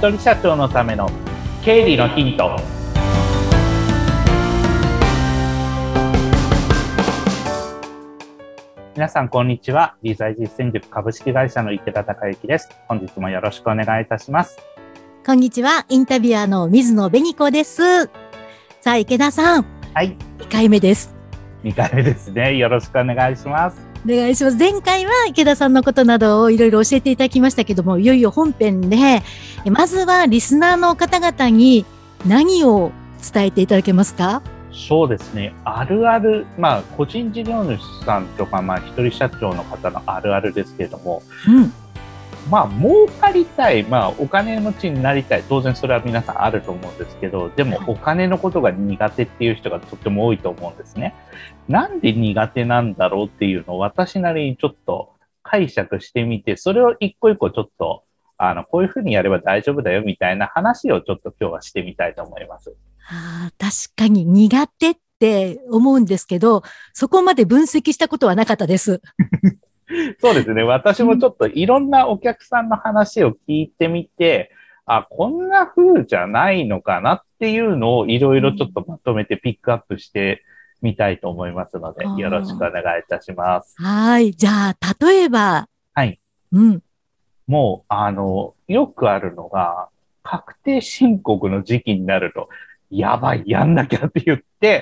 一人社長のための経理のヒント。皆さんこんにちは。理財実践塾株式会社の池田孝之です。本日もよろしくお願いいたします。 こんにちは。インタビュアーの水野紅子です。さあ、池田さん。 はい。 2回目です。 2回目ですね。よろしくお願いします。 お願いします。前回は池田さんのことなどをいろいろ教えていただきましたけども、いよいよ本編で、まずはリスナーの方々に何を伝えていただけますか？ そうですね。あるある、個人事業主さんとか、一人社長の方のあるあるですけれども、儲かりたい、お金持ちになりたい、当然それは皆さんあると思うんですけど、でもお金のことが苦手っていう人がとっても多いと思うんですね。なんで苦手なんだろうっていうのを私なりにちょっと解釈してみて、それを一個一個ちょっと、こういうふうにやれば大丈夫だよみたいな話をちょっと今日はしてみたいと思います。 確かに苦手って思うんですけど、そこまで分析したことはなかったです。 そうですね。私もちょっといろんなお客さんの話を聞いてみて、こんな風じゃないのかなっていうのをいろいろちょっとまとめてピックアップしてみたいと思いますので、よろしくお願いいたします。 はい。じゃあ、例えば。 はい。もう、よくあるのが、確定申告の時期になると、やばい、やんなきゃって言って、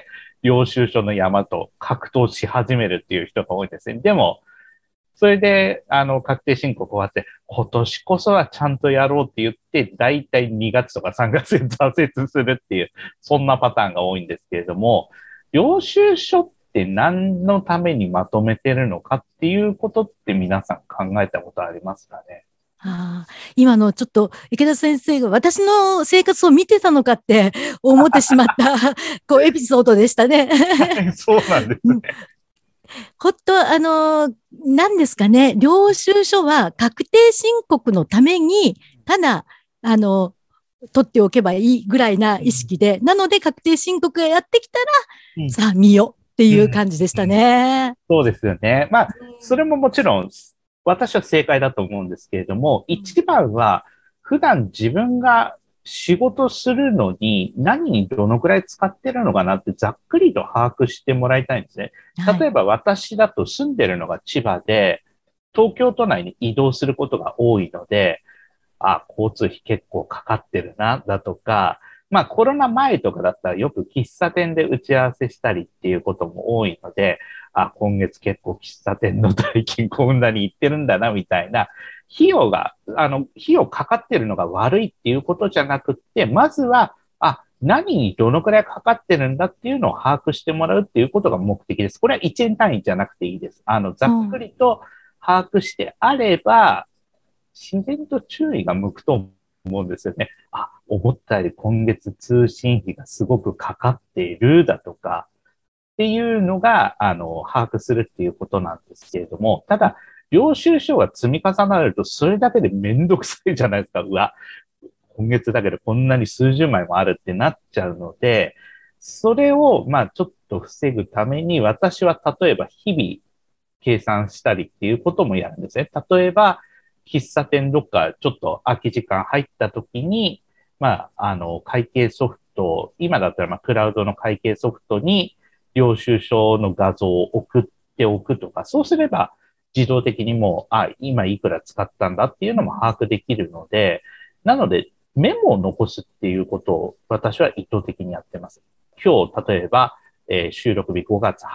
領収書の山と格闘し始めるっていう人が多いですね。でも、それで、確定申告終わって、今年こそはちゃんとやろうって言って、だいたい2月とか3月で挫折するっていう、そんなパターンが多いんですけれども、領収書って何のためにまとめてるのかっていうことって皆さん考えたことありますかね？ 今のちょっと池田先生が私の生活を見てたのかって思ってしまったエピソードでしたね。 そうなんですね。 ほんと、何ですかね、領収書は確定申告のために、ただ、取っておけばいいぐらいな意識で、なので確定申告がやってきたら、さあ見よっていう感じでしたね。 そうですよね。それももちろん、私は正解だと思うんですけれども、一番は、普段自分が仕事するのに何にどのくらい使ってるのかなってざっくりと把握してもらいたいんですね。例えば私だと住んでるのが千葉で、東京都内に移動することが多いので、交通費結構かかってるな、だとか、コロナ前とかだったらよく喫茶店で打ち合わせしたりっていうことも多いので、今月結構喫茶店の代金こんなに行ってるんだな、みたいな、費用かかってるのが悪いっていうことじゃなくって、まずは、何にどのくらいかかってるんだっていうのを把握してもらうっていうことが目的です。これは1円単位じゃなくていいです。ざっくりと把握してあれば、自然と注意が向くと思うんですよね。思ったより今月通信費がすごくかかっているだとか、っていうのが、把握するっていうことなんですけれども、ただ、領収書が積み重なると、それだけでめんどくさいじゃないですか。今月だけでこんなに数十枚もあるってなっちゃうので、それを、ちょっと防ぐために、私は例えば日々計算したりっていうこともやるんですね。例えば、喫茶店どっかちょっと空き時間入った時に、会計ソフト、今だったらクラウドの会計ソフトに領収書の画像を送っておくとか、そうすれば自動的にもう、今いくら使ったんだっていうのも把握できるので、なのでメモを残すっていうことを私は意図的にやってます。今日、例えば、収録日5月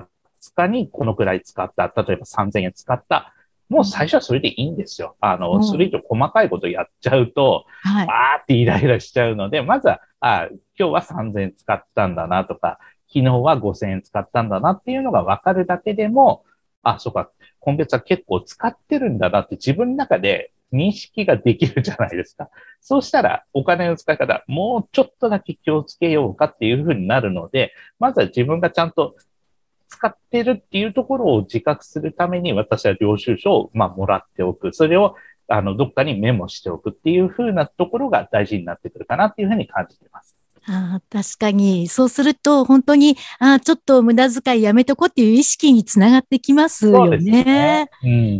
20日にこのくらい使った、例えば3000円使った、もう最初はそれでいいんですよ。それ以上細かいことやっちゃうと、ってイライラしちゃうので、まずは、今日は3000円使ったんだなとか、昨日は5000円使ったんだなっていうのが分かるだけでも、そうか、今月は結構使ってるんだなって自分の中で認識ができるじゃないですか。そうしたらお金の使い方、もうちょっとだけ気をつけようかっていうふうになるので、まずは自分がちゃんと使ってるっていうところを自覚するために私は領収書をもらっておく。それをどっかにメモしておくっていうふうなところが大事になってくるかなっていうふうに感じています。 確かに、そうすると本当に、ちょっと無駄遣いやめとこうっていう意識につながってきますよね。 そうですね。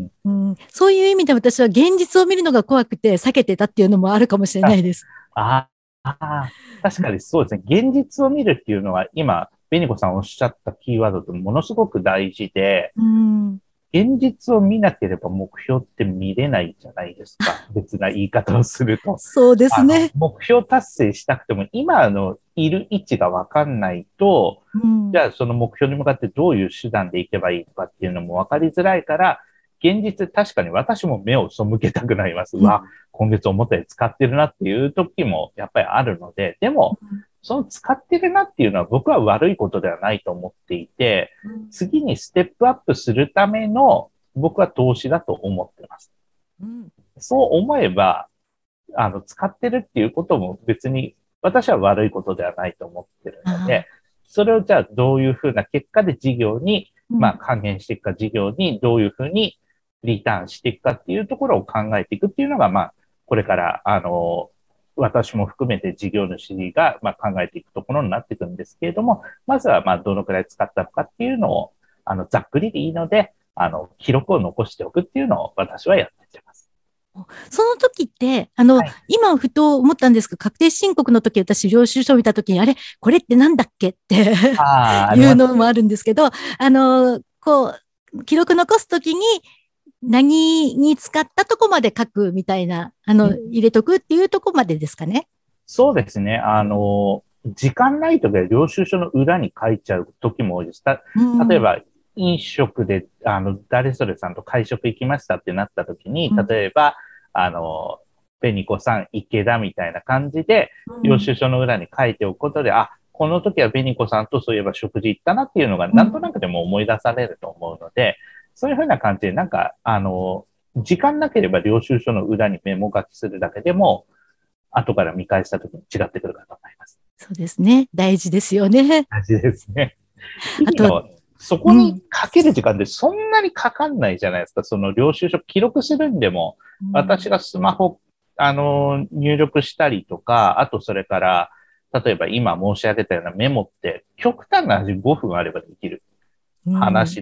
そういう意味で私は現実を見るのが怖くて避けてたっていうのもあるかもしれないです。 ああ、確かにそうですね。現実を見るっていうのは今、ベニコさんおっしゃったキーワードとものすごく大事で、 うん、 現実を見なければ目標って見れないじゃないですか。別な言い方をすると。 そうですね。 目標達成したくても、今のいる位置がわかんないと、 うん、 じゃあその目標に向かってどういう手段でいけばいいのかっていうのもわかりづらいから、現実確かに私も目を背けたくなります。 うん、 今月思ったより使ってるなっていう時もやっぱりあるので、でも、その使ってるなっていうのは僕は悪いことではないと思っていて、次にステップアップするための僕は投資だと思ってます。 うん、 そう思えば、使ってるっていうことも別に私は悪いことではないと思ってるので、 あそれをじゃあどういうふうな結果で事業に、 ー、うん、 還元していくか、事業にどういうふうにリターンしていくかっていうところを考えていくっていうのが、これから、私も含めて事業主が、考えていくところになっていくんですけれども、まずは、どのくらい使ったのかっていうのを、ざっくりでいいので、記録を残しておくっていうのを私はやっています。 その時って、 はい。 今ふと思ったんですが、確定申告の時、私、領収書を見た時に、あれこれってなんだっけってああ、ありいうます。 のもあるんですけど、記録残す時に、何に使ったとこまで書くみたいな、入れとくっていうとこまでですかね。 そうですね。時間ないときは領収書の裏に書いちゃう時も多いです。 うん。 例えば、飲食で、誰それさんと会食行きましたってなった時に、 うん。 例えば、あの、ベニコさん、池田みたいな感じで、領うん。 収書の裏に書いておくことで、この時はベニコさんとそういえば食事行ったなっていうのが、 うん。 なんとなくでも思い出されると思うので、そういうふうな感じで、時間なければ領収書の裏にメモ書きするだけでも、後から見返した時に違ってくるかと思います。 そうですね。大事ですよね。 感じですね。日あと、 々の、そこにうん。 かける時間ってそんなにかかんないじゃないですか。その領収書記録するんでも、 うん。 私がスマホ、入力したりとか、あとそれから、例えば今申し上げたようなメモって、極端な話5分あればできるうん。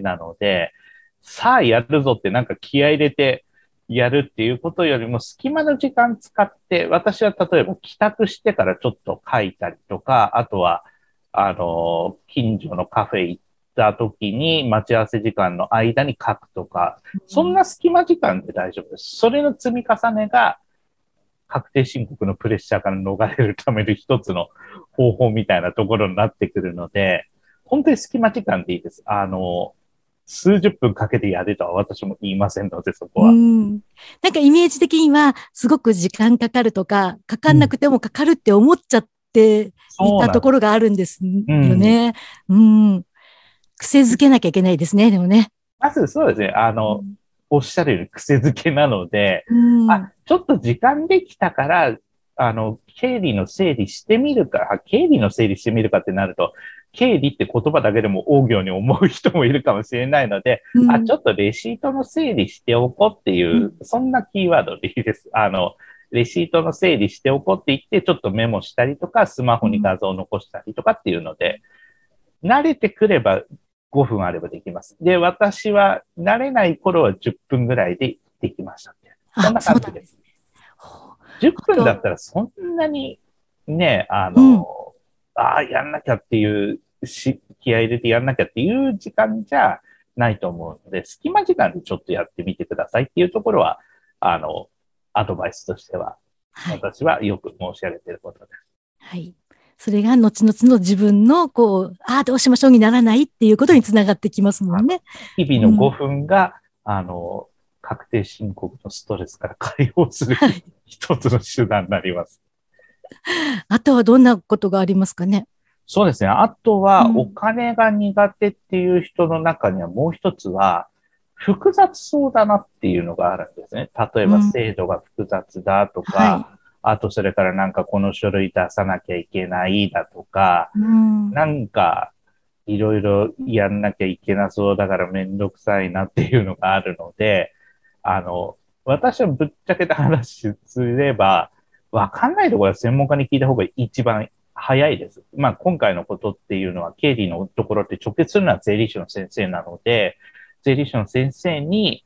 話なので、さあやるぞってなんか気合い入れてやるっていうことよりも隙間の時間使って、私は例えば帰宅してからちょっと書いたりとか、あとは、近所のカフェ行った時に待ち合わせ時間の間に書くとか、そんな隙間時間で大丈夫です。それの積み重ねが確定申告のプレッシャーから逃れるための一つの方法みたいなところになってくるので、本当に隙間時間でいいです。数十分かけてやれとは私も言いませんので、そこうは。 ん。なんかイメージ的には、すごく時間かかるとか、かかんなうん。 くてもかかるって思っちゃっていそうなんです。 たところがあるんですうん。 よね。うん。癖づけなきゃいけないですね、でもね。 まずそうですね。 うん。 おっしゃるように癖づけなので、 うん。 ちょっと時間できたから、経理の整理してみるか、経理の整理してみるかってなると、経理って言葉だけでも大行に思う人もいるかもしれないので、ちうん。 ょっとレシートの整理しておこうっていう、 うん。 そんなキーワードでいいです。レシートの整理しておこうって言って、ちょっとメモしたりとか、スマホに画像を残したりとかっていうので、慣れてくれば5分あればできます。で、私は慣れない頃は10分ぐらいでできました。そんあ、 な感じです。 そうなんですね。 10 あと、 分だったらそんなにね、 うん。 やんなきゃっていう気合い入れてやんなきゃっていう時間じゃないと思うので、隙間時間でちょっとやってみてくださいっていうところは、あの、アドバイスとしては、 はい。 私はよく申し上げていることです。 はい。それが後々の自分の、どうしましょうにならないっていうことにつながってきますもあのんね。 日々のうん。 5分が、確定申告のストレスから解放するはい。 一つの手段になります。 あとはどんなことがありますかね。 そうですね。あとは、おうん。 金が苦手っていう人の中にはもう一つは、複雑そうだなっていうのがあるんですね。例えば、 うん。 制度が複雑だとはい。 か、あと、それからなんかこの書類出さなきゃいけないだとか、 うん。 なんか、いろいろやんなきゃいけなそうだからめんどくさいなっていうのがあるので、あの、私はぶっちゃけた話すれば、わかんないところは専門家に聞いた方が一番早いです。今回のことっていうのは、経理のところって直結するのは税理士の先生なので、税理士の先生に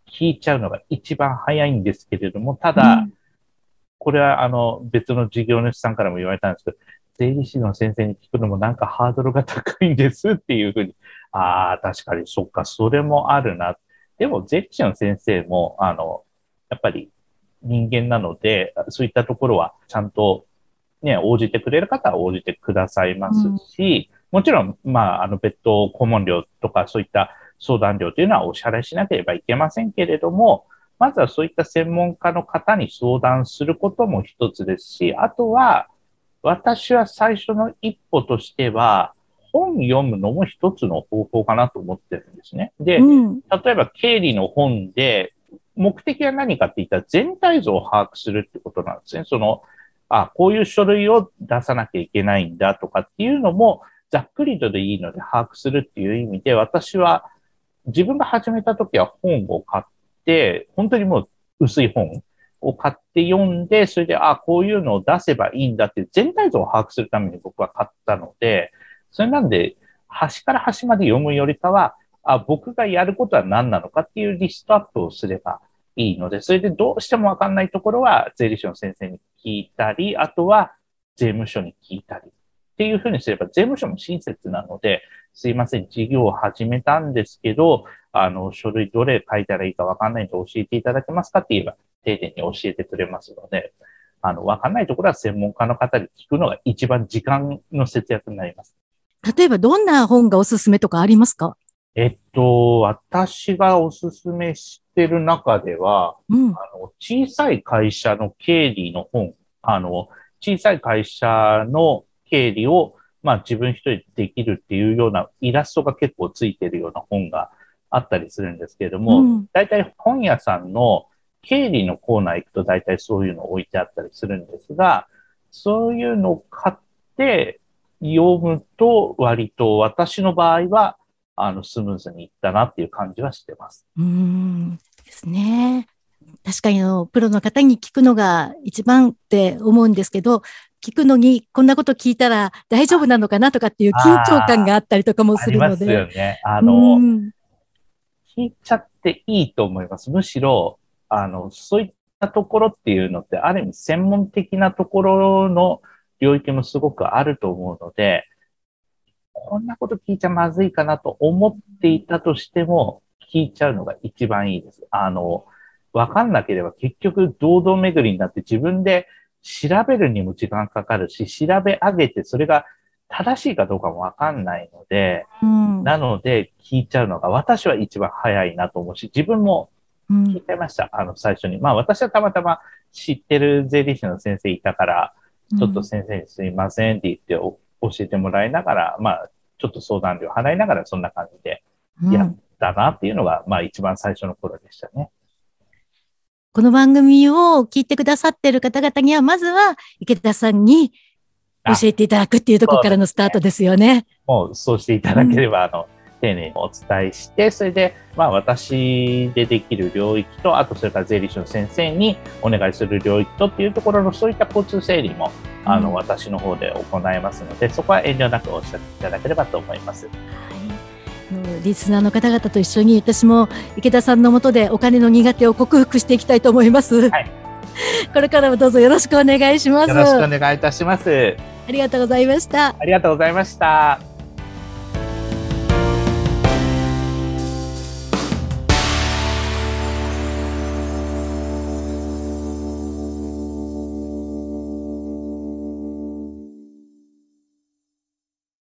聞いちゃうのが一番早いんですけれども、ただ、これは別の事業主さんからも言われたんですけど、税理士の先生に聞くのもなんかハードルが高いんですっていうふうに、ああ、確かにそっか、それもあるな。でも税理士の先生も、やっぱり人間なので、そういったところはちゃんとね、応じてくれる方は応じてくださいますし、もちろん、別途顧問料とかそういった相談料というのはお支払いしなければいけませんけれども、まずはそういった専門家の方に相談することも一つですし、あとは、私は最初の一歩としては、本読むのも一つの方法かなと思ってるんですね。で、例えば経理の本で、目的は何かって言ったら全体像を把握するってことなんですね。こういう書類を出さなきゃいけないんだとかっていうのも、ざっくりとでいいので把握するっていう意味で、私は自分が始めた時は本を買って、本当にもう薄い本を買って読んで、それで、こういうのを出せばいいんだっていう全体像を把握するために僕は買ったので、それなんで、端から端まで読むよりかは、僕がやることは何なのかっていうリストアップをすればいいので、それでどうしてもわかんないところは税理士の先生に聞いたり、あとは税務署に聞いたりっていうふうにすれば、税務署も親切なので、すいません、事業を始めたんですけど、書類どれ書いたらいいかわかんないので教えていただけますかって言えば、丁寧に教えてくれますので、わかんないところは専門家の方に聞くのが一番時間の節約になります。 例えばどんな本がおすすめとかありますか？ 私がおすすめしてる中では、小さい会社の経理の本、小さい会社の経理を、自分一人でできるっていうようなイラストが結構ついてるような本があったりするんですけれども、だいたい本屋さんの経理のコーナー行くとだいたいそういうの置いてあったりするんですが、そういうのを買って読むと割と私の場合は、スムーズにいったなっていう感じはしてます。 ですね。確かにプロの方に聞くのが一番って思うんですけど、聞くのにこんなこと聞いたら大丈夫なのかなとかっていう緊張感があったりとかもするので。 ありますよね。聞いちゃっていいと思います。むしろ、そういったところっていうのって、ある意味専門的なところの領域もすごくあると思うので、こんなこと聞いちゃまずいかなと思っていたとしても、聞いちゃうのが一番いいです。わかんなければ結局堂々巡りになって自分で調べるにも時間かかるし、調べ上げてそれが正しいかどうかもわかんないので、なので聞いちゃうのが私は一番早いなと思うし、自分も聞いちゃいました。最初に。私はたまたま知ってる税理士の先生いたから、ちょっと先生にすいませんって言って教えてもらいながら、ちょっと相談料払いながらそんな感じでやったなっていうのが、一番最初の頃でしたね。 この番組を聞いてくださっている方々には、まずは池田さんに教えていただくっていうところからのスタートですよね。 もうそうしていただければ、丁寧にお伝えして、それで、私でできる領域と、あとそれから税理士の先生にお願いする領域とっていうところの、そういった交通整理も、私の方で行いますので、そこは遠慮なくおっしゃっていただければと思います。 リスナーの方々と一緒に私も池田さんの下でお金の苦手を克服していきたいと思います。はい、これからもどうぞよろしくお願いします。 よろしくお願いいたします。 ありがとうございました。 ありがとうございました。